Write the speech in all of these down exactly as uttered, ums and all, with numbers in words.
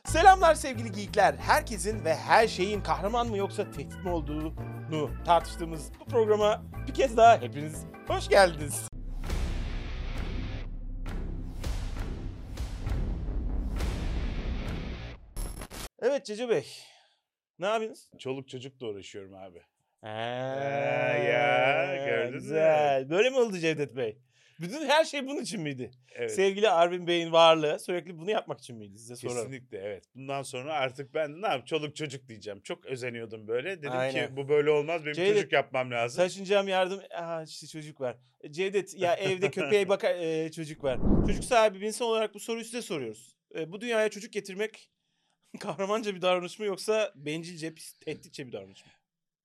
Selamlar sevgili geekler. Herkesin ve her şeyin kahraman mı yoksa tehdit mi olduğunu tartıştığımız bu programa bir kez daha hepiniz hoş geldiniz. Evet Cece Bey, ne yapıyorsunuz? Çoluk çocukla uğraşıyorum abi. Ha, ya, gördün mü? güzel. Böyle mi oldu Cevdet Bey? Bütün her şey bunun için miydi? Evet. Sevgili Arvin Bey'in varlığı sürekli bunu yapmak için miydi? Size sorarım. Kesinlikle evet. Bundan sonra artık ben ne yapayım çoluk çocuk diyeceğim. Çok özeniyordum böyle. Dedim Aynen. ki bu böyle olmaz. Benim Cevdet, çocuk yapmam lazım. Taşınacağım yardım. Aa işte çocuk var. Cevdet ya evde köpeğe bakar e, çocuk var. Çocuk sahibi bir insan olarak bu soruyu size soruyoruz. E, bu dünyaya çocuk getirmek kahramanca bir davranış mı yoksa bencilce, pis, tehditçe bir davranış mı?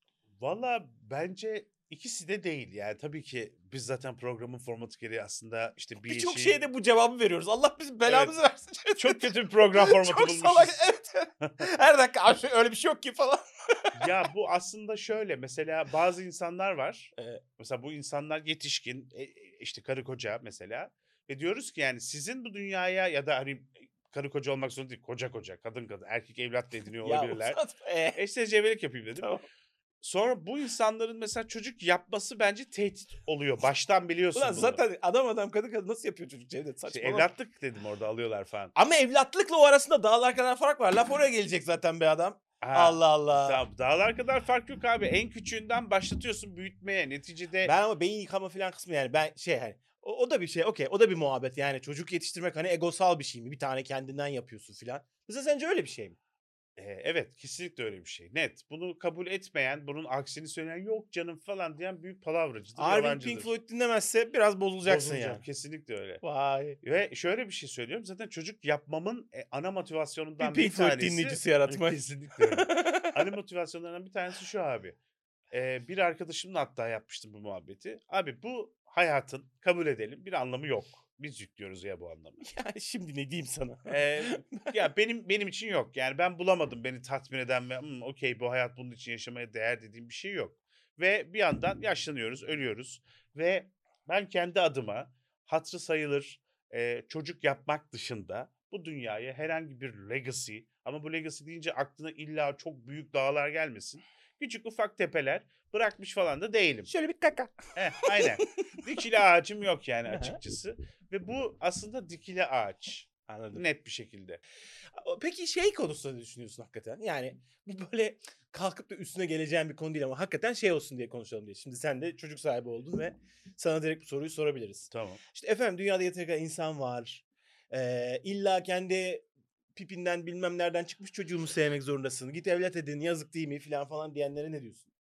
Valla bence ikisi de değil. Yani tabii ki biz zaten programın formatı gereği aslında işte bir Birçok işi... şeyde bu cevabı veriyoruz. Allah bizim belamızı versin. Çok kötü bir program formatı Çok bulmuşuz. salak. Evet. Her dakika "Abi öyle bir şey yok ki" falan. Ya bu aslında şöyle mesela bazı insanlar var. Evet. Mesela bu insanlar yetişkin e, e, işte karı koca mesela ve diyoruz ki yani sizin bu dünyaya ya da hani karı koca olmak zorunda değil koca koca kadın kadın erkek evlat da ediniyor Ya olabilirler. uzatma. E, E işte cebellik yapayım dedim. tamam. Sonra bu insanların mesela çocuk yapması bence tehdit oluyor. Baştan biliyorsun Ulan bunu. zaten adam adam kadın kadın nasıl yapıyor çocuk Cevdet? İşte Saçmalama. evlatlık dedim orada alıyorlar falan. Ama evlatlıkla o arasında dağlar kadar fark var. Laf oraya gelecek zaten be adam. Ha, Allah Allah. Tamam, dağlar kadar fark yok abi. En küçüğünden başlatıyorsun büyütmeye. Neticede Ben ama beyin yıkama falan kısmı yani ben şey hani o, o da bir şey okey o da bir muhabbet yani çocuk yetiştirmek hani egosal bir şey mi? Bir tane kendinden yapıyorsun filan. Mesela sence öyle bir şey mi? e, evet kesinlikle öyle bir şey. Net. Bunu kabul etmeyen, bunun aksini söyleyen yok canım falan diyen büyük palavracıdır, Arvin yalancıdır. Pink Floyd dinlemezse biraz bozulacaksın Bozulacak, yani. kesinlikle öyle. Vay. Ve şöyle bir şey söylüyorum. Zaten çocuk yapmamın e, ana Bir motivasyonundan Pink bir Floyd tanesi dinleyicisi yaratmak. kesinlikle öyle. Ana motivasyonlarından bir tanesi şu abi. Ee, bir arkadaşımla hatta yapmıştım bu muhabbeti. Abi bu hayatın kabul edelim bir anlamı yok. Biz yüklüyoruz ya bu anlamı. Yani şimdi ne diyeyim sana? Ee, ya benim benim için yok. Yani ben bulamadım beni tatmin eden ve "Hmm, okey bu hayat bunun için yaşamaya değer" dediğim bir şey yok. Ve bir yandan yaşlanıyoruz, ölüyoruz ve ben kendi adıma hatırı sayılır e, çocuk yapmak dışında bu dünyaya herhangi bir legacy ama bu legacy deyince aklına illa çok büyük dağlar gelmesin. Küçük ufak tepeler bırakmış falan da değilim. Şöyle bir kaka. Eh, aynen. Dikili ağacım yok yani açıkçası. Ve bu aslında dikili ağaç. Anladım. Net bir şekilde. Peki şey konusunda ne düşünüyorsun hakikaten? Yani bu böyle kalkıp da üstüne geleceğim bir konu değil ama hakikaten şey olsun diye konuşalım diye. Şimdi sen de çocuk sahibi oldun ve sana direkt bu soruyu sorabiliriz. Tamam. İşte efendim dünyada yeteri kadar insan var. Ee, illa kendi pipinden bilmem nereden çıkmış çocuğumu sevmek zorundasın. Git evlat edin yazık değil mi falan falan diyenlere ne diyorsun?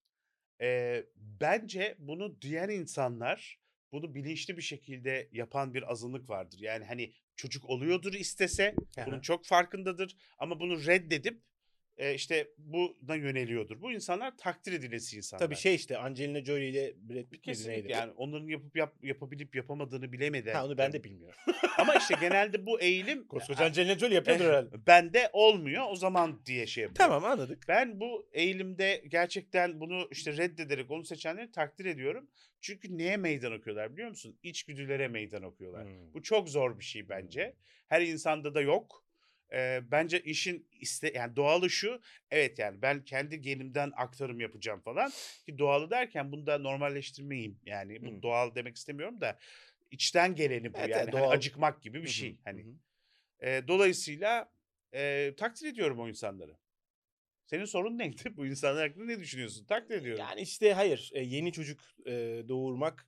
Ee, bence bunu diğer insanlar bunu bilinçli bir şekilde yapan bir azınlık vardır. Yani hani çocuk oluyordur istese bunun Aha. çok farkındadır ama bunu reddedip e, işte buna yöneliyordur. Bu insanlar takdir edilesi insanlar. Tabii şey işte Angelina Jolie ile Brad Pitt miydi Kesinlikle neydi? yani onların yapıp yap, yapabilip yapamadığını bilemeden. Ha onu ben de bilmiyorum. Ama işte genelde bu eğilim Koskoca Angelina Jolie yapıyordur herhalde. bende olmuyor o zaman diye şey yapıyorum. Tamam anladık. Ben bu eğilimde gerçekten bunu işte reddederek onu seçenleri takdir ediyorum. Çünkü neye meydan okuyorlar biliyor musun? İçgüdülere meydan okuyorlar. Hmm. Bu çok zor bir şey bence. Her insanda da yok. Ee, bence işin iste yani doğalı şu. Evet yani ben kendi genimden aktarım yapacağım falan. Ki doğalı derken bunu da normalleştirmeyeyim. Yani bu Hmm. doğal demek istemiyorum da içten geleni bu Evet, yani. evet, Hani doğal. acıkmak gibi bir Hı hı, şey. hı Hani hı. e, dolayısıyla e, takdir ediyorum o insanları. Senin sorun neydi? Bu insanlar hakkında ne düşünüyorsun? Takdir ediyorum. Yani işte hayır e, yeni çocuk e, doğurmak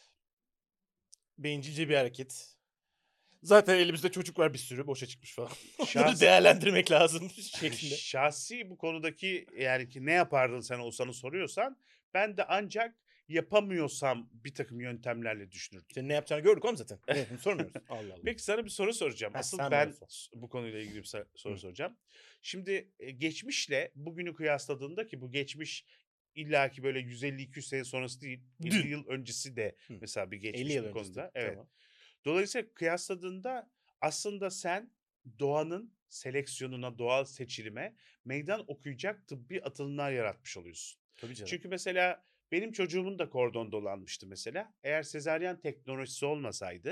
bencilce bir hareket. Zaten elimizde çocuk var bir sürü boşa çıkmış falan. Onları Şahs değerlendirmek lazım şeklinde. şahsi bu konudaki yani ki ne yapardın sen olsanı soruyorsan ben de ancak yapamıyorsam bir takım yöntemlerle düşünürdüm. Senin ne yapacağını gördük oğlum zaten. Ne, bunu sormuyoruz. Allah Allah. Peki sana bir soru soracağım. Heh, Asıl sen bana ben sor. s- bu konuyla ilgili bir sa- soru Hı. soracağım. Şimdi e, geçmişle bugünü kıyasladığında ki bu geçmiş illaki böyle yüz elli iki yüz sene sonrası değil. elli Dün. yıl öncesi de Hı. mesela bir elli geçmiş yıl bu öncesi. konuda. Evet. Tamam. Dolayısıyla kıyasladığında aslında sen doğanın seleksiyonuna, doğal seçilime meydan okuyacak tıbbi atılımlar yaratmış oluyorsun. Tabii canım. Çünkü mesela benim çocuğumun da kordon dolanmıştı mesela. Eğer sezaryen teknolojisi olmasaydı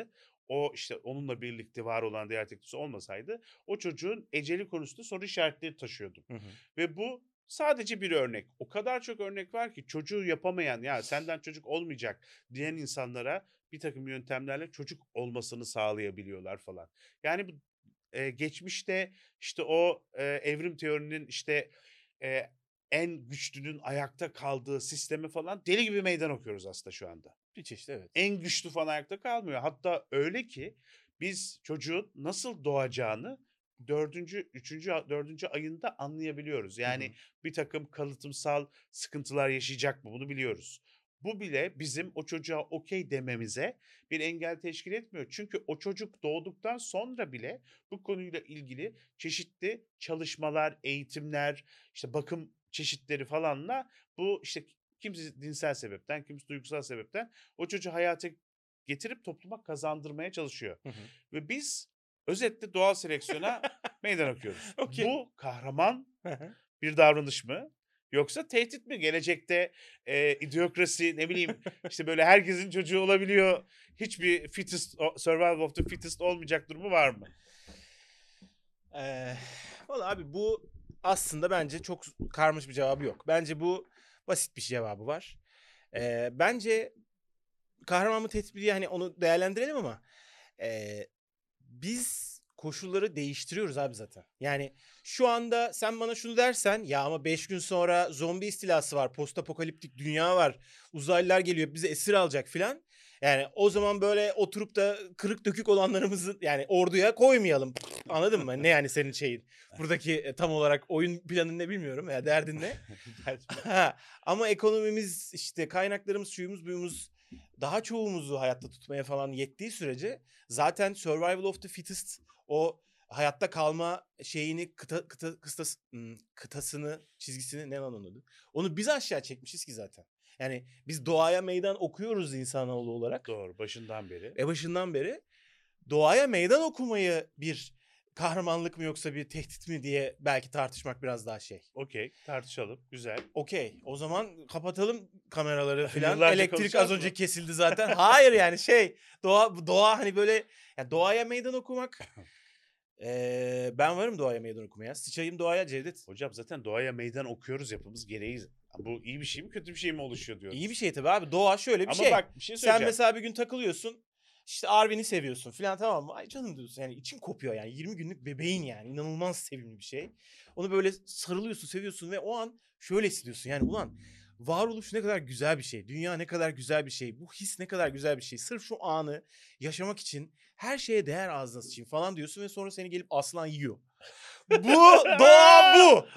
o işte onunla birlikte var olan diğer teknolojisi olmasaydı o çocuğun eceli konusunda soru işaretleri taşıyordum. Hı hı. Ve bu sadece bir örnek. O kadar çok örnek var ki çocuğu yapamayan ya senden çocuk olmayacak diyen insanlara bir takım yöntemlerle çocuk olmasını sağlayabiliyorlar falan. Yani bu e, geçmişte işte o e, evrim teorinin işte e, en güçlünün ayakta kaldığı sistemi falan deli gibi meydan okuyoruz aslında şu anda. Bir çeşit evet. En güçlü falan ayakta kalmıyor. Hatta öyle ki biz çocuğun nasıl doğacağını dördüncü, üçüncü, dördüncü ayında anlayabiliyoruz. Hı Yani hı. bir takım kalıtımsal sıkıntılar yaşayacak mı bunu biliyoruz. Bu bile bizim o çocuğa okey dememize bir engel teşkil etmiyor. Çünkü o çocuk doğduktan sonra bile bu konuyla ilgili çeşitli çalışmalar, eğitimler, işte bakım çeşitleri falanla bu işte kimisi dinsel sebepten, kimisi duygusal sebepten o çocuğu hayata getirip topluma kazandırmaya çalışıyor. Hı hı. Ve biz özetle doğal seleksiyona meydan okuyoruz. Okey. Bu kahraman Hı hı. bir davranış mı? Yoksa tehdit mi? Gelecekte e, idiokrasi ne bileyim işte böyle herkesin çocuğu olabiliyor. Hiçbir fittest, o- survival of the fittest olmayacak durumu var mı? Eee, Valla abi bu aslında bence çok karmaşık bir cevabı yok. Bence bu basit bir cevabı var. Eee, bence kahraman mı tehdit mi diye hani onu değerlendirelim ama eee, biz koşulları değiştiriyoruz abi zaten. Yani şu anda sen bana şunu dersen ya ama beş gün sonra zombi istilası var, post apokaliptik dünya var, uzaylılar geliyor bizi esir alacak filan. Yani o zaman böyle oturup da kırık dökük olanlarımızı yani orduya koymayalım. Anladın mı? Ne yani senin şeyin? Buradaki e, tam olarak oyun planın ne bilmiyorum ya derdin ne? Ha, ama ekonomimiz işte kaynaklarımız şuyumuz buyumuz daha çoğumuzu hayatta tutmaya falan yettiği sürece zaten survival of the fittest o hayatta kalma şeyini kıta, kıta, kıstas, hmm, kıtasını çizgisini ne lan onun adı? Onu biz aşağı çekmişiz ki zaten. Yani biz doğaya meydan okuyoruz insanoğlu olarak. Doğru, başından beri. E başından beri doğaya meydan okumayı bir kahramanlık mı yoksa bir tehdit mi diye belki tartışmak biraz daha şey. Okey, tartışalım. Güzel. Okey. O zaman kapatalım kameraları filan. Yıllarca Elektrik az konuşacağız önce mı? kesildi zaten. Hayır yani şey doğa doğa hani böyle yani doğaya meydan okumak. Eee, ben varım doğaya meydan okumaya. Sıçayım doğaya Cevdet. Hocam zaten doğaya meydan okuyoruz yapımız gereği. Bu iyi bir şey mi kötü bir şey mi oluşuyor diyoruz. İyi bir şey tabii abi. Doğa şöyle bir Ama şey. bak bir şey Sen söyleyeceğim. mesela bir gün takılıyorsun. İşte Arvin'i seviyorsun filan tamam mı? Ay canım diyorsun yani için kopuyor yani. yirmi günlük bebeğin yani. İnanılmaz sevimli bir şey. Onu böyle sarılıyorsun, seviyorsun ve o an şöyle hissediyorsun. Yani ulan varoluş ne kadar güzel bir şey. Dünya ne kadar güzel bir şey. Bu his ne kadar güzel bir şey. Sırf şu anı yaşamak için her şeye değer ağzına sıçayım falan diyorsun ve sonra seni gelip aslan yiyor. Bu doğa bu.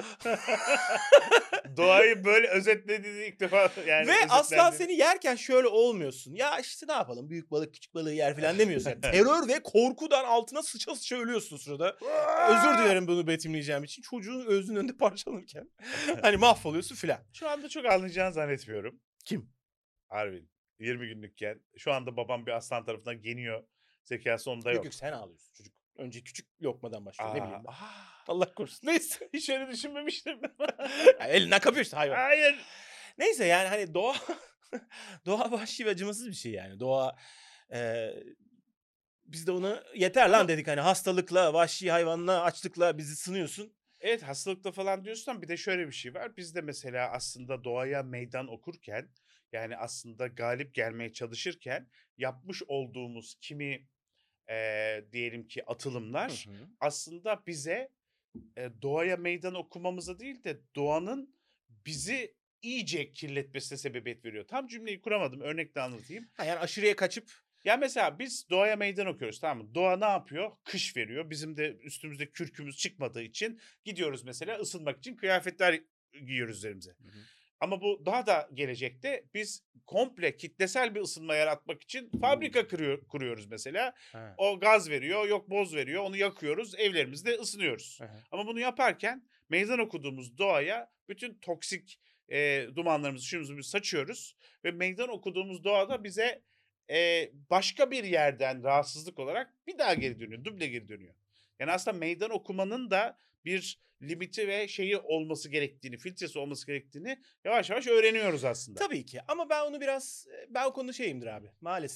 Doğayı böyle özetlediğini ilk defa yani Ve aslan özetlendiğini- seni yerken şöyle olmuyorsun. Ya işte ne yapalım büyük balık küçük balığı yer falan demiyorsun. Yani terör ve korkudan altına sıça sıça ölüyorsun sırada. Özür dilerim bunu betimleyeceğim için. Çocuğun özünün önünde parçalanırken. Hani mahvoluyorsun filan. Şu anda çok anlayacağını zannetmiyorum. Kim? Arvin yirmi günlükken şu anda babam bir aslan tarafından geniyor. Zekası onda Yok yok. yok sen ağlıyorsun çocuk. Önce küçük lokmadan başlıyor ne bileyim ben. aa, Allah korusun. Neyse. hiç öyle düşünmemiştim. Ya elinden kapıyor işte hayvan. Hayır. Neyse yani hani doğa doğa vahşi ve acımasız bir şey yani. Doğa e, biz de ona yeter lan Ama- dedik hani hastalıkla, vahşi hayvanla, açlıkla bizi sınıyorsun. Evet hastalıkta falan diyorsan bir de şöyle bir şey var. Biz de mesela aslında doğaya meydan okurken yani aslında galip gelmeye çalışırken yapmış olduğumuz kimi eee, diyelim ki Hı atılımlar hı. aslında bize e, doğaya meydan okumamıza değil de doğanın bizi iyice kirletmesine sebebiyet veriyor. Tam cümleyi kuramadım. Örnekle anlatayım. Ha, yani aşırıya kaçıp Ya mesela biz doğaya meydan okuyoruz tamam mı? Doğa ne yapıyor? Kış veriyor. Bizim de üstümüzde kürkümüz çıkmadığı için gidiyoruz mesela ısınmak için kıyafetler giyiyoruz üzerimize. Hı hı. Ama bu daha da gelecekte biz komple kitlesel bir ısınma yaratmak için fabrika kuruyor, kuruyoruz mesela. Ha. O gaz veriyor, yok boz veriyor, onu yakıyoruz, evlerimizde ısınıyoruz. Aha. Ama bunu yaparken meydan okuduğumuz doğaya bütün toksik e, dumanlarımızı, şuyumuzu biz saçıyoruz. Ve meydan okuduğumuz doğada bize e, başka bir yerden rahatsızlık olarak bir daha geri dönüyor, duble geri dönüyor. Yani aslında meydan okumanın da bir limiti ve şeyi olması gerektiğini, filtresi olması gerektiğini yavaş yavaş öğreniyoruz aslında. Tabii ki ama ben onu biraz ben o konuda şeyimdir abi. Maalesef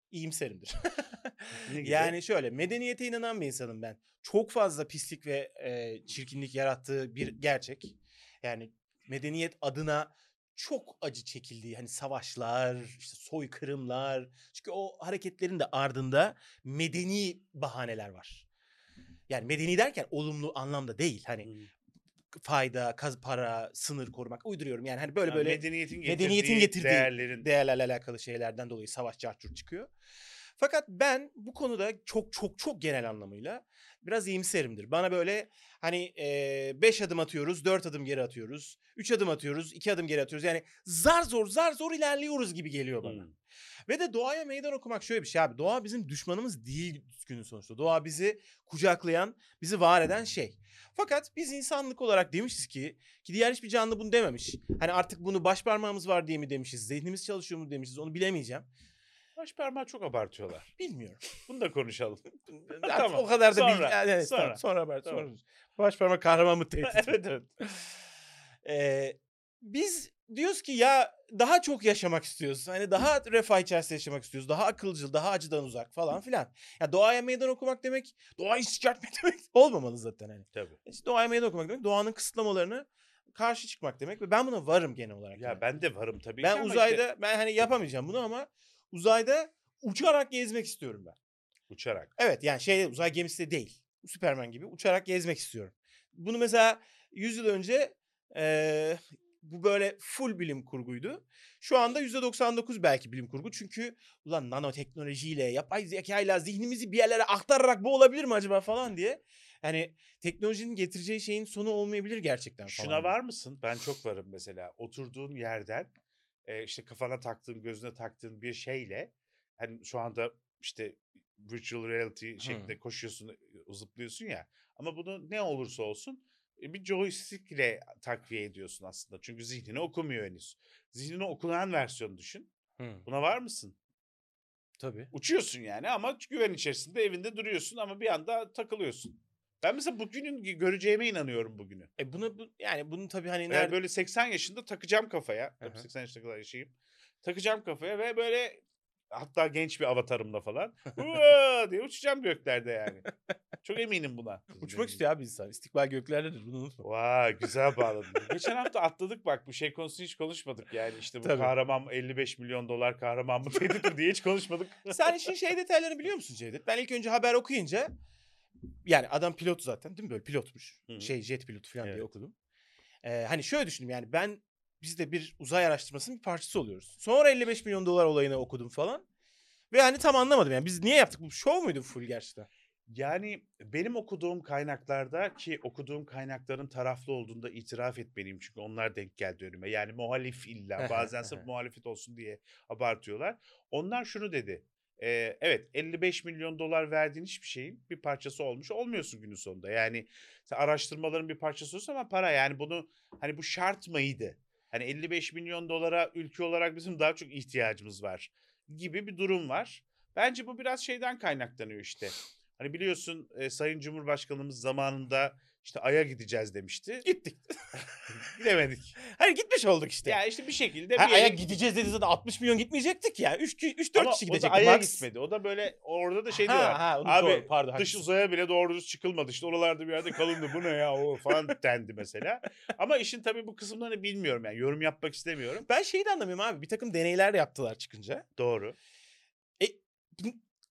iyimserimdir. Ne gibi? Yani şöyle, medeniyete inanan bir insanım ben. Çok fazla pislik ve e, çirkinlik yarattığı bir gerçek. Yani medeniyet adına çok acı çekildiği, hani savaşlar, işte soykırımlar. Çünkü o hareketlerin de ardında medeni bahaneler var. Yani medeni derken olumlu anlamda değil. Hani Hımm. fayda, kaz para, sınır korumak uyduruyorum. Yani hani böyle Ha, böyle medeniyetin medeniyetin getirdiği getirdiği değerlerin değerlerle alakalı şeylerden dolayı savaş cart curt çıkıyor. Fakat ben bu konuda çok çok çok genel anlamıyla biraz iyimserimdir. Bana böyle hani beş adım atıyoruz, dört adım geri atıyoruz. Üç adım atıyoruz, iki adım geri atıyoruz. Yani zar zor zar zor ilerliyoruz gibi geliyor bana. Hımm. Ve de doğaya meydan okumak şöyle bir şey abi. Doğa bizim düşmanımız değil günün sonuçta. Doğa bizi kucaklayan, bizi var eden şey. Fakat biz insanlık olarak demişiz ki, ki diğer hiçbir canlı bunu dememiş. Hani artık bunu baş parmağımız var diye mi demişiz, zihnimiz çalışıyor mu demişiz, onu bilemeyeceğim. Başparmağı çok abartıyorlar. Bilmiyorum. Bunu da konuşalım. Artık Tamam. o kadar da bilgi... Sonra. Yani evet, Sonra. tamam, sonra haber. Tamam. Sonra. Baş parmak kahraman mı tehdit? Evet, evet. Ee, biz diyoruz ki ya daha çok yaşamak istiyoruz. Hani daha refah içerisinde yaşamak istiyoruz. Daha akılcıl, daha acıdan uzak falan filan. Ya doğaya meydan okumak demek, doğayı çıkartmak demek olmamalı zaten hani. Tabii. İşte doğaya meydan okumak demek, doğanın kısıtlamalarını karşı çıkmak demek ve ben buna varım genel olarak. Ya yani. ben de varım tabii ki Ben ama uzayda işte ben hani yapamayacağım bunu ama uzayda uçarak gezmek istiyorum ben. uçarak. Evet, yani şey uzay gemisi de değil. Superman gibi uçarak gezmek istiyorum. Bunu mesela yüz yıl önce eee, bu böyle full bilim kurguydu. Şu anda yüzde doksan dokuz belki bilim kurgu. Çünkü ulan nanoteknolojiyle, yapay zekayla zihnimizi bir yerlere aktararak bu olabilir mi acaba falan diye. Yani teknolojinin getireceği şeyin sonu olmayabilir gerçekten falan. Şuna var mısın? Ben çok varım mesela. Oturduğun yerden e, işte kafana taktığın, gözüne taktığın bir şeyle hani şu anda işte virtual reality şeklinde Hı. koşuyorsun, e, zıplıyorsun ya. Ama bunu ne olursa olsun e, bir joystick ile takviye ediyorsun aslında. Çünkü zihnini okumuyor henüz. Zihnini okunan versiyonu düşün. Hı. Buna var mısın? Tabii. Uçuyorsun yani ama güven içerisinde evinde duruyorsun ama bir anda takılıyorsun. Ben mesela bugünün göreceğime inanıyorum bugünü. E bunu bu, yani bunu tabii hani Yani nerede... böyle seksen yaşında takacağım kafaya. Hı Tabii hı. seksen yaşına kadar yaşayayım. Takacağım kafaya ve böyle hatta genç bir avatarımla falan "Hua!" diye uçacağım göklerde yani. Çok eminim buna. Uçmak istiyor abi insan. İstikbal göklerdedir, bunu unutma. Vay güzel bağladın. Geçen hafta atladık bak bu şey konusunu hiç konuşmadık yani işte bu Tabii. kahraman mı, elli beş milyon dolar kahraman mı tehdit mi diye hiç konuşmadık. Sen işin şey detaylarını biliyor musun Cevdet? Ben ilk önce haber okuyunca, yani adam pilot zaten değil mi, böyle pilotmuş. Hı hı. Şey jet pilotu falan diye Evet. okudum. Ee, hani şöyle düşündüm, yani ben biz de bir uzay araştırmasının bir parçası oluyoruz. Sonra elli beş milyon dolar olayını okudum falan. Ve hani tam anlamadım yani biz niye yaptık, bu show muydu full gerçekten? Yani benim okuduğum kaynaklarda ki okuduğum kaynakların taraflı olduğunda itiraf etmeliyim çünkü onlar denk geldi önüme. Yani muhalif illa bazen sırf muhalefet olsun diye abartıyorlar. Onlar şunu dedi. Eee, evet elli beş milyon dolar verdiğin hiçbir şeyin bir parçası olmuş olmuyorsun günün sonunda. Yani sen araştırmaların bir parçası olsun ama para yani bunu hani bu şart mıydı? Hani elli beş milyon dolara ülke olarak bizim daha çok ihtiyacımız var gibi bir durum var. Bence bu biraz şeyden kaynaklanıyor işte. Hani biliyorsun e, Sayın Cumhurbaşkanımız zamanında işte Ay'a gideceğiz demişti. Gittik. Gidemedik. Hayır, gitmiş olduk işte. Ya işte bir şekilde Ha, bir Ay'a yere gideceğiz dedi zaten, altmış milyon gitmeyecektik ya. üç dört ama kişi o da gidecekti Ay'a max. gitmedi. O da böyle orada da şey Ha, diyorlar. ha, onu Abi doğru, pardon, dış haklısın. uzaya bile doğru düz çıkılmadı. İşte oralarda bir yerde kalındı. Bu ne ya o falan dendi mesela. Ama işin tabii bu kısımlarını bilmiyorum yani. Yorum yapmak istemiyorum. Ben şeyi de anlamıyorum abi. Bir takım deneyler yaptılar çıkınca. Doğru. E, e,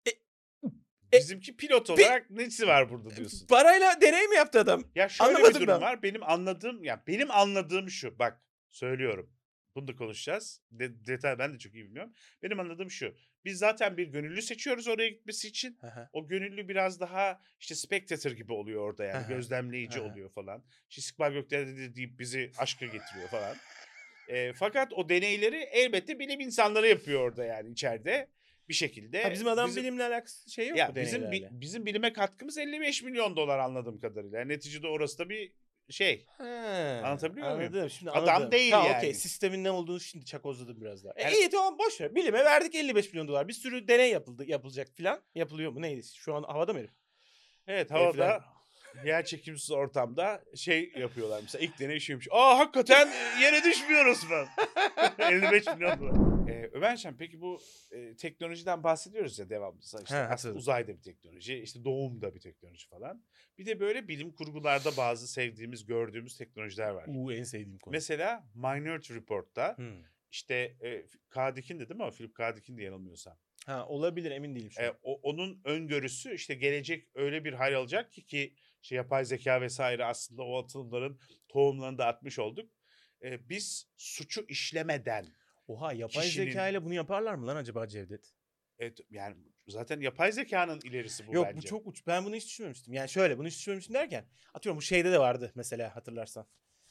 Bizimki pilot olarak nesi var burada diyorsun? parayla deney mi yaptı adam? Ya şöyle bir Anlamadım durum ben. var. Benim anladığım ya benim anladığım şu. Bak söylüyorum. Bunu da konuşacağız. De- detay ben de çok iyi bilmiyorum. Benim anladığım şu. Biz zaten bir gönüllü seçiyoruz oraya gitmesi için. Hı hı. O gönüllü biraz daha işte spectator gibi oluyor orada Hı yani. hı. Gözlemleyici Hı hı. oluyor falan. İşte İstikbal Gökler'de deyip bizi aşka getiriyor falan. E, fakat o deneyleri elbette bilim insanları yapıyor orada yani içeride. Bir şekilde. Ha, bizim adam bizim bilimle alakası şey yok ya mu bizim bi- deneylerle? bizim bilime katkımız elli beş milyon dolar anladığım kadarıyla. Yani neticede orası da bir şey. He, Anlatabiliyor muyum? anladım, şimdi Adam anladım. değil Tamam, yani. okey, sistemin ne olduğunu şimdi çakozladım biraz daha. E, Yani- iyi tamam, boş ver. Bilime verdik elli beş milyon dolar. Bir sürü deney yapıldı, yapılacak filan. Yapılıyor mu neydi? Şu an havada mı herif? Evet Herifler- havada yer çekimsiz ortamda şey yapıyorlar mesela ilk deney şeymiş. Aa hakikaten yere düşmüyoruz falan. elli beş milyon dolar. Ee, Ömercan peki bu e, teknolojiden bahsediyoruz ya devamlı. İşte He, aslında hatırladım. uzayda bir teknoloji, işte doğumda bir teknoloji falan. Bir de böyle bilim kurgularda bazı sevdiğimiz, gördüğümüz teknolojiler var. Uuu en sevdiğim konu. Mesela Minority Report'ta Hmm. işte e, K. Dick'indi değil mi o? Philip K. Dick'indi yanılmıyorsam. Ha olabilir emin değilim şu E, an. o, onun öngörüsü işte gelecek öyle bir hal alacak ki ki işte yapay zeka vesaire aslında o atılımların tohumlarını da atmış olduk. E, biz suçu işlemeden Oha yapay kişinin- zeka ile bunu yaparlar mı lan acaba Cevdet? evet, yani zaten yapay zekanın ilerisi bu Yok bence. bu çok uç. Ben bunu hiç düşünmemiştim. Yani şöyle bunu hiç düşünmemiştim derken atıyorum bu şeyde de vardı mesela hatırlarsan.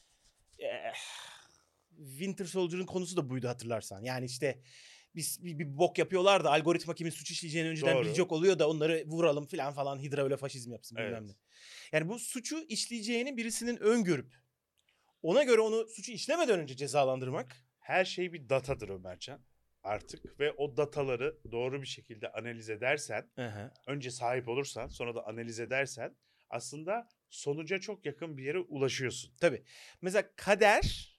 Eh, Winter Soldier'ın konusu da buydu hatırlarsan. Yani işte biz bir, bir bok yapıyorlar da algoritma kimin suç işleyeceğini önceden Doğru. bilecek oluyor da onları vuralım falan falan Hidra öyle faşizm yapsın bilmem Evet. ne. Yani bu suçu işleyeceğini birisinin öngörüp ona göre onu suçu işlemeden önce cezalandırmak. Her şey bir datadır Ömercan artık ve o dataları doğru bir şekilde analiz edersen, Aha. önce sahip olursan, sonra da analiz edersen aslında sonuca çok yakın bir yere ulaşıyorsun. Tabii. Mesela kader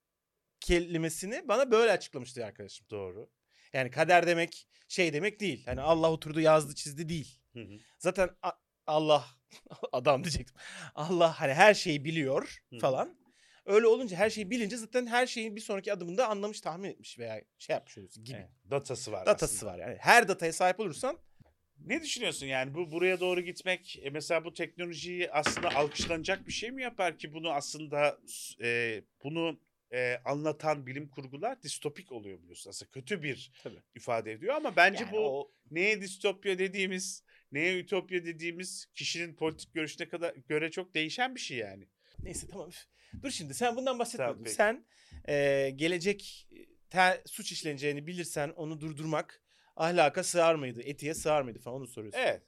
kelimesini bana böyle açıklamıştı arkadaşım. Doğru. Yani kader demek şey demek değil. Hani Allah oturdu yazdı çizdi değil. Hı hı. Zaten a- Allah adam diyecektim. Allah hani her şeyi biliyor Hı hı. falan. Öyle olunca her şeyi bilince zaten her şeyin bir sonraki adımında anlamış, tahmin etmiş veya şey yapmış oluyorsun gibi. Evet, datası var Datası aslında. var yani. Her dataya sahip olursan Ne düşünüyorsun yani bu buraya doğru gitmek e, mesela bu teknolojiyi aslında alkışlanacak bir şey mi yapar ki bunu aslında e, bunu e, anlatan bilim kurgular distopik oluyor biliyorsun. Aslında kötü bir tabii. ifade ediyor ama bence Yani bu o neye distopya dediğimiz, neye ütopya dediğimiz kişinin politik görüşüne kadar göre çok değişen bir şey yani. neyse tamam. Üf. Dur şimdi sen bundan bahsetmiyordun. peki. Sen e, gelecek ter, suç işleneceğini bilirsen onu durdurmak ahlaka sığar mıydı? Etiğe sığar mıydı falan onu soruyorsun. Evet.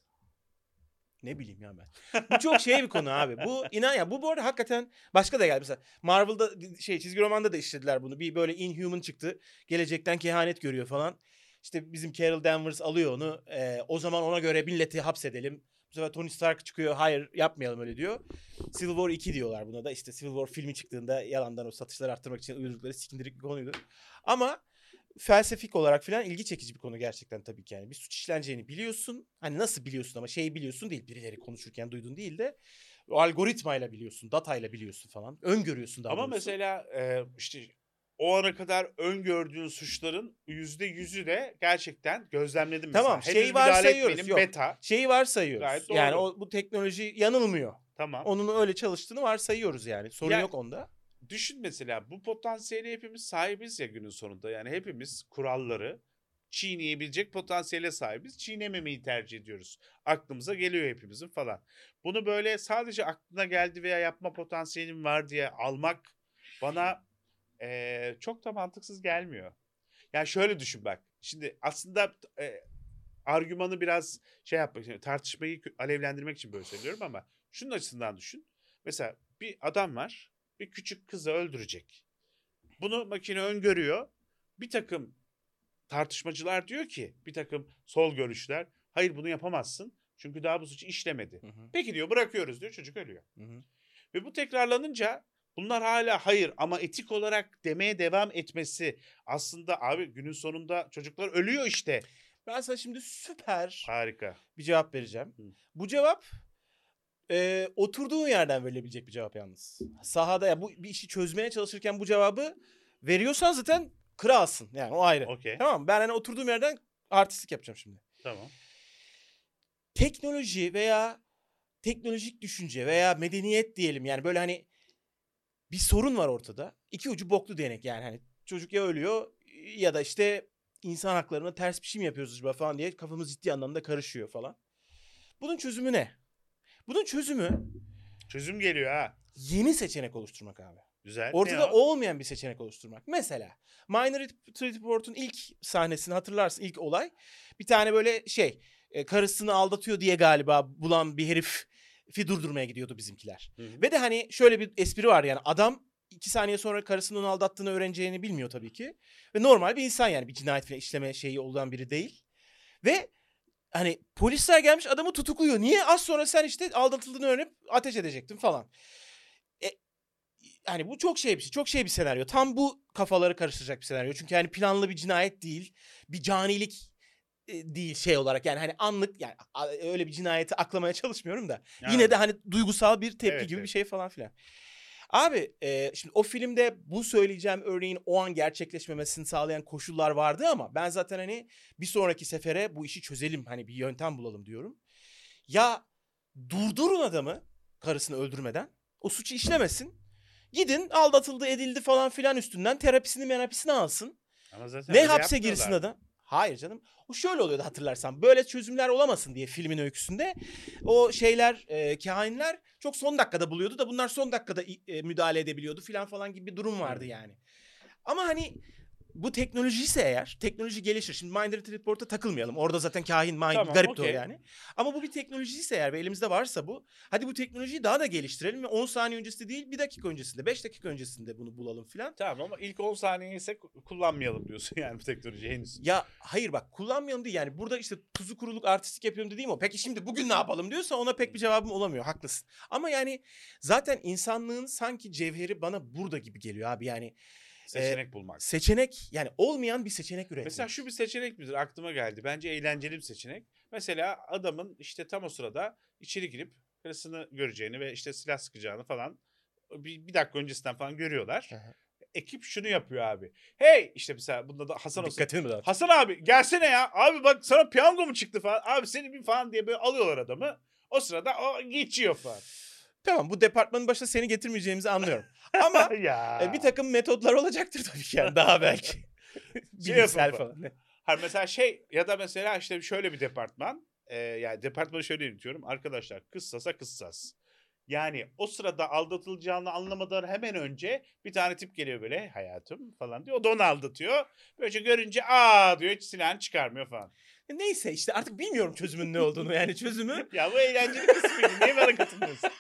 Ne bileyim ya ben. Bu çok şey bir konu abi. Bu inan ya bu bu arada hakikaten başka da geldi. Mesela Marvel'da şey çizgi romanda da işlediler bunu. Bir böyle Inhuman çıktı. Gelecekten kehanet görüyor falan. İşte bizim Carol Danvers alıyor onu. Ee, o zaman ona göre milleti hapsedelim. Bu sefer Tony Stark çıkıyor. Hayır yapmayalım öyle diyor. Civil War iki diyorlar buna da. İşte Civil War filmi çıktığında yalandan o satışları arttırmak için uydurdukları sikindirik bir konuydu. Ama felsefik olarak falan ilgi çekici bir konu gerçekten tabii ki yani. Bir suç işleneceğini biliyorsun. Hani nasıl biliyorsun ama şeyi biliyorsun değil. Birileri konuşurken duyduğun değil de o algoritmayla biliyorsun, datayla biliyorsun falan. Öngörüyorsun daha Ama doğrusu. mesela e, işte o ana kadar öngördüğün suçların yüzde yüzü de gerçekten gözlemledim mesela. Tamam, Henüz şeyi müdahale varsayıyoruz, etmeyelim, yok. beta. Şeyi varsayıyoruz. Gayet Yani doğru. o bu teknoloji yanılmıyor. Tamam. Onun öyle çalıştığını varsayıyoruz yani. Sorun Ya- yok onda. Düşün mesela bu potansiyeli hepimiz sahibiz ya günün sonunda. Yani hepimiz kuralları çiğneyebilecek potansiyele sahibiz. Çiğnememeyi tercih ediyoruz. Aklımıza geliyor hepimizin falan. Bunu böyle sadece aklına geldi veya yapma potansiyelim var diye almak bana eee, çok da mantıksız gelmiyor. Yani şöyle düşün bak. Şimdi aslında e, argümanı biraz şey yapmak için, tartışmayı kö- alevlendirmek için böyle söylüyorum ama şunun açısından düşün. Mesela bir adam var, bir küçük kızı öldürecek. Bunu makine öngörüyor. Bir takım tartışmacılar diyor ki, bir takım sol görüşler, hayır bunu yapamazsın. Çünkü daha bu suçu işlemedi. Hı hı, Peki diyor bırakıyoruz diyor, çocuk ölüyor. hı hı. Ve bu tekrarlanınca bunlar hala hayır ama etik olarak demeye devam etmesi aslında abi günün sonunda çocuklar ölüyor işte. Ben sana şimdi süper Harika. bir cevap vereceğim. Hı. Bu cevap e, oturduğun yerden verilebilecek bir cevap yalnız. Sahada ya bu bir işi çözmeye çalışırken bu cevabı veriyorsan zaten kralsın. Yani o ayrı. Okey. Tamam mı? Ben hani oturduğum yerden artistlik yapacağım şimdi. Tamam. Teknoloji veya teknolojik düşünce veya medeniyet diyelim yani böyle hani bir sorun var ortada. İki ucu boklu değnek yani hani çocuk ya ölüyor ya da işte insan haklarına ters bir şey mi yapıyoruz acaba falan diye kafamız ciddi anlamda karışıyor falan. Bunun çözümü ne? Bunun çözümü Çözüm geliyor ha. yeni seçenek oluşturmak abi. Güzel. Ortada Ne o? olmayan bir seçenek oluşturmak. Mesela Minority Report'un ilk sahnesini hatırlarsın, ilk olay. Bir tane böyle şey, e, karısını aldatıyor diye galiba bulan bir herifi durdurmaya gidiyordu bizimkiler. Hı hı. Ve de hani şöyle bir espri var yani adam iki saniye sonra karısının onu aldattığını öğreneceğini bilmiyor tabii ki. Ve normal bir insan yani bir cinayet falan işleme şeyi olan biri değil. Ve hani polisler gelmiş adamı tutukluyor. Niye? Az sonra sen işte aldatıldığını öğrenip ateş edecektin falan. E, hani bu çok şey bir şey. Çok şey bir senaryo. Tam bu kafaları karıştıracak bir senaryo. Çünkü hani planlı bir cinayet değil. Bir canilik e, değil şey olarak. Yani hani anlık yani a- öyle bir cinayeti aklamaya çalışmıyorum da. Yine de Anladım. hani duygusal bir tepki Evet, gibi bir evet. şey falan filan. Abi e, şimdi o filmde bu söyleyeceğim örneğin o an gerçekleşmemesini sağlayan koşullar vardı ama ben zaten hani bir sonraki sefere bu işi çözelim hani bir yöntem bulalım diyorum. Ya durdurun adamı karısını öldürmeden o suçu işlemesin. Gidin aldatıldı edildi falan filan üstünden terapisini merapisini alsın. Ama zaten Ne öyle hapse girsin yapmıyorlar mı? adam? Hayır canım. O şöyle oluyordu hatırlarsan. Böyle çözümler olamasın diye filmin öyküsünde. O şeyler, e, kahinler çok son dakikada buluyordu da bunlar son dakikada e, müdahale edebiliyordu filan falan gibi bir durum vardı Hmm. yani. Ama hani bu teknoloji ise eğer, teknoloji gelişir. Şimdi Minority Report'a takılmayalım. Orada zaten kahin, mahin, Tamam, garipti o okey. yani. Ama bu bir teknoloji ise eğer ve elimizde varsa bu. Hadi bu teknolojiyi daha da geliştirelim ve on saniye öncesinde değil bir dakika öncesinde, beş dakika öncesinde bunu bulalım filan. Tamam ama ilk on saniye ise ku- kullanmayalım diyorsun yani bu teknolojiyi henüz. Ya hayır bak kullanmayalım değil yani burada işte tuzu kuruluk artistik yapıyorum dediğim o. Peki şimdi bugün ne yapalım diyorsa ona pek bir cevabım olamıyor haklısın. Ama yani zaten insanlığın sanki cevheri bana burada gibi geliyor abi yani. Seçenek bulmak. Seçenek yani olmayan bir seçenek üretmek. Mesela şu bir seçenek midir? Aklıma geldi. Bence eğlenceli bir seçenek. Mesela adamın işte tam o sırada içeri girip karısını göreceğini ve işte silah sıkacağını falan bir, bir dakika öncesinden falan görüyorlar. Aha. Ekip şunu yapıyor abi. Hey işte mesela bunda da Hasan olsa. Dikkatini mi dağıt? Hasan abi gelsene ya. Abi bak sana piyango mu çıktı falan. Abi seni bir falan diye böyle alıyorlar adamı. O sırada o geçiyor falan. Tamam bu departmanın başına seni getirmeyeceğimizi anlıyorum. Ama ya. e, bir takım metodlar olacaktır tabii ki yani daha belki. Şey Bilimsel yapın falan. Ne? Ha mesela şey ya da mesela işte şöyle bir departman. E, yani departmanı şöyle yönetiyorum. Arkadaşlar kıssasa kıssas. Yani o sırada aldatılacağını anlamadan hemen önce bir tane tip geliyor böyle hayatım falan diyor. O da onu aldatıyor. Böylece görünce aa diyor hiç silahını çıkarmıyor falan. Neyse işte artık bilmiyorum çözümün ne olduğunu yani çözümü. Ya bu eğlenceli kısmıydı. Niye bana katılmıyorsun?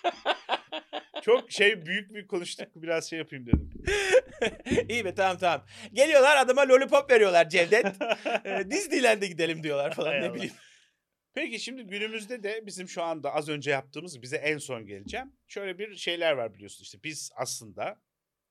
Çok şey büyük bir konuştuk biraz şey yapayım dedim. İyi be tamam tamam. Geliyorlar adama lollipop veriyorlar Cevdet. Ee, Disneyland'e gidelim diyorlar falan Hay ne Allah. bileyim. Peki şimdi günümüzde de bizim şu anda az önce yaptığımız bize en son geleceğim. Şöyle bir şeyler var biliyorsun işte biz aslında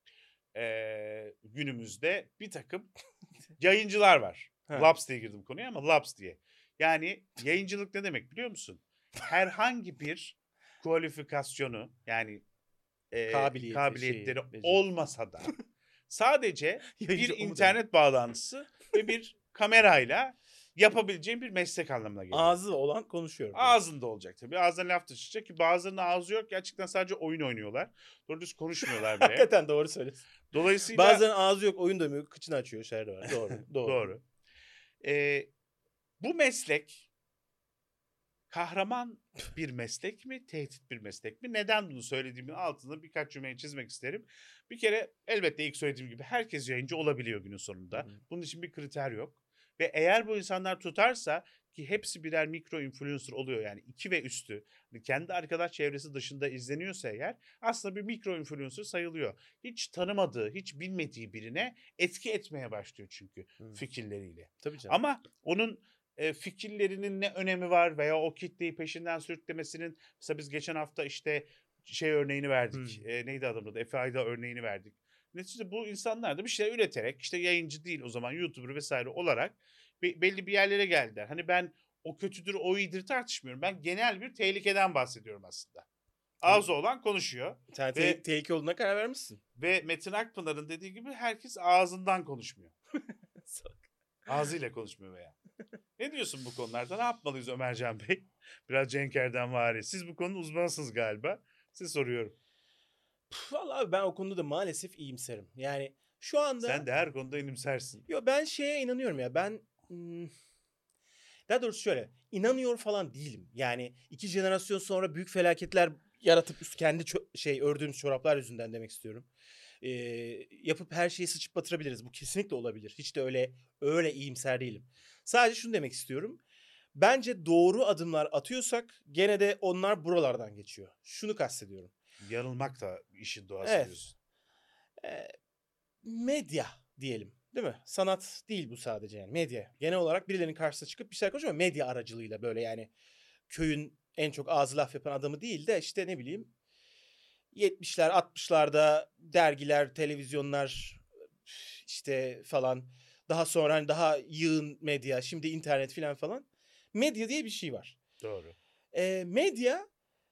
eee, günümüzde bir takım yayıncılar var. Ha. Labs diye girdim konuya ama Labs diye. Yani yayıncılık ne demek biliyor musun? Herhangi bir kualifikasyonu yani eee, Kabiliyeti, kabiliyetleri şeyi, becerisi. olmasa da sadece bir Yayıncı o mu demek? internet bağlantısı ve bir kamerayla yapabileceğin bir meslek anlamına geliyor. Ağzı olan konuşuyor. Ağzında olacak tabii. Ağzından laf taşıyacak ki bazılarının ağzı yok. Gerçekten sadece oyun oynuyorlar. Doğru düz konuşmuyorlar bile. Hakikaten doğru söylüyorsun. Dolayısıyla Bazen ağzı yok oyun demiyor kıçını açıyor şerde var. Doğru. Doğru. doğru. Ee, bu meslek kahraman bir meslek mi, tehdit bir meslek mi? Neden bunu söylediğimin altında birkaç cümleyi çizmek isterim. Bir kere elbette ilk söylediğim gibi herkes yayıncı olabiliyor günün sonunda. Hı hı. Bunun için bir kriter yok. Ve eğer bu insanlar tutarsa ki hepsi birer mikro influencer oluyor yani iki ve üstü. Hani kendi arkadaş çevresi dışında izleniyorsa eğer aslında bir mikro influencer sayılıyor. Hiç tanımadığı, hiç bilmediği birine etki etmeye başlıyor çünkü Hı. fikirleriyle. Tabii canım. Ama onun e, fikirlerinin ne önemi var veya o kitleyi peşinden sürüklemesinin mesela biz geçen hafta işte şey örneğini verdik. Hmm. E, neydi adamın adı? Efe Ayda örneğini verdik. Neticede bu insanlar da bir şeyler üreterek işte yayıncı değil o zaman YouTuber vesaire olarak be- belli bir yerlere geldiler. Hani ben o kötüdür o iyidir tartışmıyorum. Ben genel bir tehlikeden bahsediyorum aslında. Ağzı olan konuşuyor. Sen te- Ve, tehlike olduğuna karar vermişsin. ve Metin Akpınar'ın dediği gibi herkes ağzından konuşmuyor. Ağzıyla konuşmuyor veya. Ne diyorsun bu konularda? Ne yapmalıyız Ömercan Bey? Biraz Cenk Erdem vari. Siz bu konunun uzmanısınız galiba. Size soruyorum. Püf, Vallahi abi ben o konuda da maalesef iyimserim. Yani şu anda... Sen de her konuda inimsersin. Yo ben şeye inanıyorum ya ben... hmm, daha doğrusu şöyle inanıyor falan değilim. Yani iki jenerasyon sonra büyük felaketler yaratıp üst kendi ço- şey ördüğümüz çoraplar yüzünden demek istiyorum. Ee, yapıp her şeyi sıçıp batırabiliriz. Bu kesinlikle olabilir. Hiç de öyle öyle iyimser değilim. Sadece şunu demek istiyorum. Bence doğru adımlar atıyorsak gene de onlar buralardan geçiyor. Şunu kastediyorum. Yanılmak da işin doğası Evet. diyorsun. Ee, medya diyelim. Değil mi? Sanat değil bu sadece yani medya. Genel olarak birilerinin karşısına çıkıp bir şeyler konuşuyor ama medya aracılığıyla böyle yani köyün en çok ağzı laf yapan adamı değil de işte ne bileyim yetmişler altmışlarda dergiler, televizyonlar işte falan. Daha sonra hani daha yığın medya, şimdi internet falan falan. Medya diye bir şey var. Doğru. Ee, medya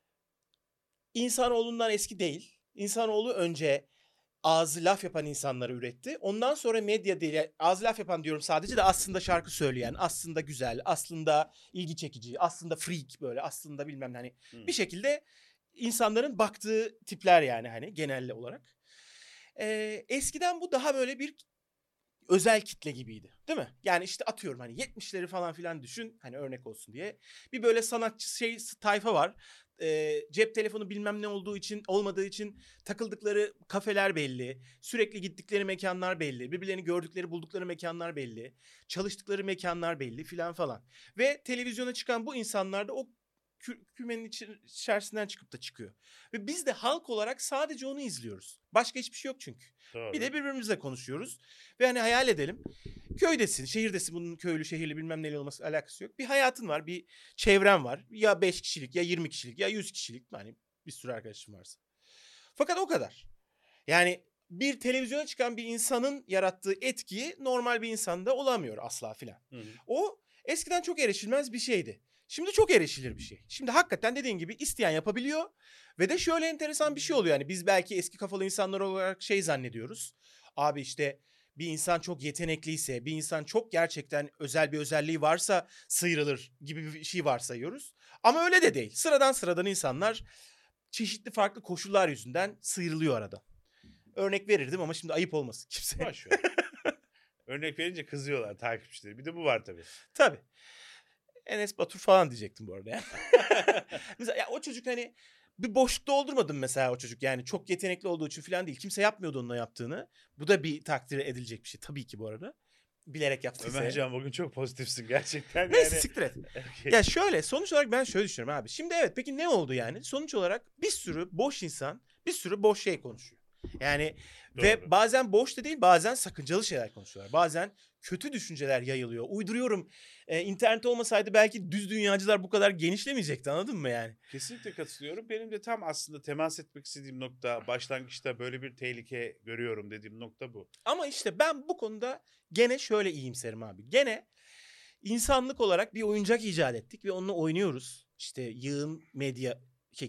insanoğlundan eski değil. İnsanoğlu önce ağzı laf yapan insanları üretti. Ondan sonra medya değil, ağzı laf yapan diyorum sadece de aslında şarkı söyleyen, aslında güzel, aslında ilgi çekici, aslında freak böyle, aslında bilmem ne hani Hmm. bir şekilde insanların baktığı tipler yani hani genel olarak. Ee, eskiden bu daha böyle bir özel kitle gibiydi. Değil mi? Yani işte atıyorum hani yetmişleri falan filan düşün. Hani örnek olsun diye. Bir böyle sanatçı şey tayfa var. Ee, cep telefonu bilmem ne olduğu için olmadığı için takıldıkları kafeler belli. Sürekli gittikleri mekanlar belli. Birbirlerini gördükleri buldukları mekanlar belli. Çalıştıkları mekanlar belli filan falan. Ve televizyona çıkan bu insanlar da o kü- kümenin içi- içerisinden çıkıp da çıkıyor. Ve biz de halk olarak sadece onu izliyoruz. Başka hiçbir şey yok çünkü. Doğru. Bir de birbirimizle konuşuyoruz. Ve hani hayal edelim. Köydesin, şehirdesin. Bunun köylü, şehirli bilmem neyle olması alakası yok. Bir hayatın var, bir çevren var. Ya beş kişilik, ya yirmi kişilik, ya yüz kişilik. Hani bir sürü arkadaşım varsa. Fakat o kadar. Yani bir televizyona çıkan bir insanın yarattığı etkiyi normal bir insanda olamıyor asla filan. Hı hı. O eskiden çok erişilmez bir şeydi. Şimdi çok erişilir bir şey. Şimdi hakikaten dediğin gibi isteyen yapabiliyor. Ve de şöyle enteresan bir şey oluyor. Yani biz belki eski kafalı insanlar olarak şey zannediyoruz. Abi işte bir insan çok yetenekliyse, bir insan çok gerçekten özel bir özelliği varsa sıyrılır gibi bir şey varsayıyoruz. Ama öyle de değil. Sıradan sıradan insanlar çeşitli farklı koşullar yüzünden sıyrılıyor arada. Örnek verirdim ama şimdi ayıp olmasın kimseye. Boş ver. Örnek verince kızıyorlar takipçileri. Bir de bu var tabii. Tabii. Enes Batur falan diyecektim bu arada yani. Mesela ya o çocuk hani bir boşluk doldurmadım mesela o çocuk. Yani çok yetenekli olduğu için falan değil. Kimse yapmıyordu onun yaptığını. Bu da bir takdir edilecek bir şey tabii ki bu arada. Bilerek yaptıysa. Ömercan bugün çok pozitifsin gerçekten. Neyse yani... siktir et. Okay. Ya şöyle sonuç olarak ben şöyle düşünüyorum abi. Şimdi evet peki ne oldu yani? Sonuç olarak bir sürü boş insan bir sürü boş şey konuşuyor. Yani ve Doğru. bazen boş da değil bazen sakıncalı şeyler konuşuyorlar. Bazen kötü düşünceler yayılıyor. Uyduruyorum. Ee, internet olmasaydı belki düz dünyacılar bu kadar genişlemeyecekti anladın mı yani? Kesinlikle katılıyorum. Benim de tam aslında temas etmek istediğim nokta, başlangıçta böyle bir tehlike görüyorum dediğim nokta bu. Ama işte ben bu konuda gene şöyle iyimserim abi. Gene insanlık olarak bir oyuncak icat ettik ve onunla oynuyoruz. İşte yığın medya şey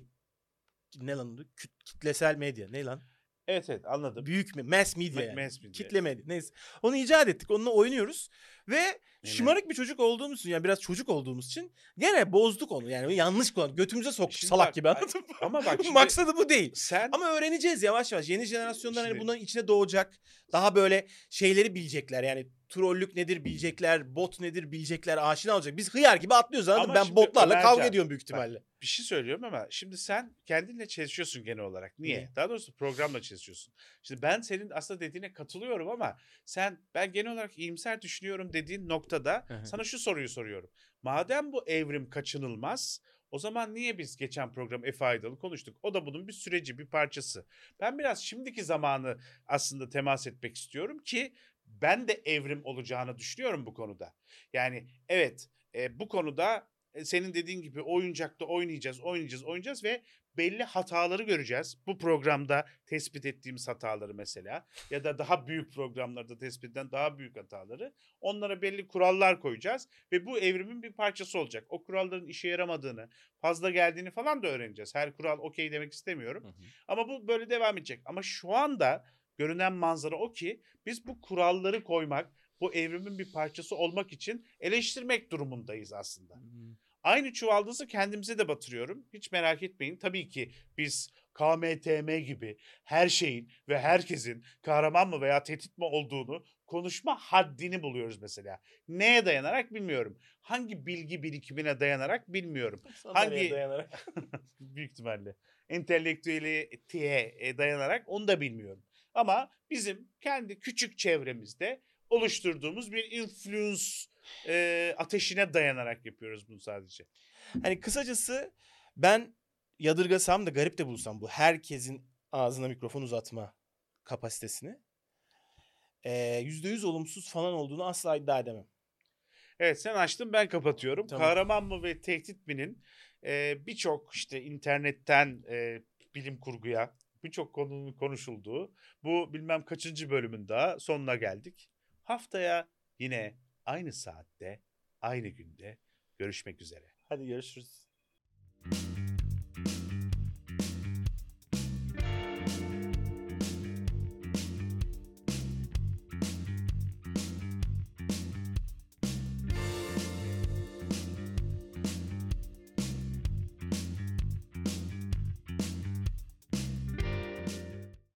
ne lan adı? Küt- kitlesel medya ne lan? Evet evet anladım. Büyük mü? Mass media Ma- yani. mass media. Kitle medya. Neyse. Onu icat ettik. Onunla oynuyoruz. Ve Aynen. şımarık bir çocuk olduğumuz için yani biraz çocuk olduğumuz için gene bozduk onu. Yani yanlış kullandık. Götümüze soktuk Şimdi salak bak, gibi ay- anladın mı? ama bak şimdi Maksadı bu değil. sen Ama öğreneceğiz yavaş yavaş. Yeni jenerasyonlar hani Şimdi- bunların içine doğacak. Daha böyle şeyleri bilecekler. Yani trollük nedir bilecekler. Bot nedir bilecekler. Aşina olacak. Biz hıyar gibi atlıyoruz anladın mı? Ama Ben şimdi botlarla Ömercan, kavga ediyorum büyük bak, ihtimalle. bir şey söylüyorum ama şimdi sen kendinle çelişiyorsun genel olarak. Niye? Niye? Daha doğrusu programla çelişiyorsun. Şimdi ben senin aslında dediğine katılıyorum ama sen ben genel olarak iyimser düşünüyorum dediğin noktada Hı hı. sana şu soruyu soruyorum. Madem bu evrim kaçınılmaz, o zaman niye biz geçen program Efe Aydal'ı konuştuk? O da bunun bir süreci, bir parçası. Ben biraz şimdiki zamanı aslında temas etmek istiyorum ki ben de evrim olacağını düşünüyorum bu konuda. Yani evet e, bu konuda e, senin dediğin gibi oyuncakta oynayacağız, oynayacağız, oynayacağız ve belli hataları göreceğiz. Bu programda tespit ettiğimiz hataları mesela ya da daha büyük programlarda tespit edilen daha büyük hataları onlara belli kurallar koyacağız ve bu evrimin bir parçası olacak. O kuralların işe yaramadığını, fazla geldiğini falan da öğreneceğiz. Her kural okey demek istemiyorum. Hı hı. Ama bu böyle devam edecek. Ama şu anda görünen manzara o ki biz bu kuralları koymak, bu evrimin bir parçası olmak için eleştirmek durumundayız aslında. Hmm. Aynı çuvaldızı kendimize de batırıyorum. Hiç merak etmeyin. Tabii ki biz K M T M gibi her şeyin ve herkesin kahraman mı veya tehdit mi olduğunu konuşma haddini buluyoruz mesela. Neye dayanarak bilmiyorum. Hangi bilgi birikimine dayanarak bilmiyorum. Sandalyeye Hangi dayanarak. büyük ihtimalle entelektüeliteye dayanarak onu da bilmiyorum. Ama bizim kendi küçük çevremizde oluşturduğumuz bir influence e, ateşine dayanarak yapıyoruz bunu sadece. Hani kısacası ben yadırgasam da garip de bulsam bu herkesin ağzına mikrofon uzatma kapasitesini eee, yüzde yüz olumsuz falan olduğunu asla iddia edemem. Evet sen açtın ben kapatıyorum. Tamam. Kahraman mı ve tehdit mi'nin e, birçok işte internetten e, bilim kurguya birçok konunun konuşulduğu bu bilmem kaçıncı bölümün daha sonuna geldik. Haftaya yine aynı saatte, aynı günde görüşmek üzere. Hadi görüşürüz.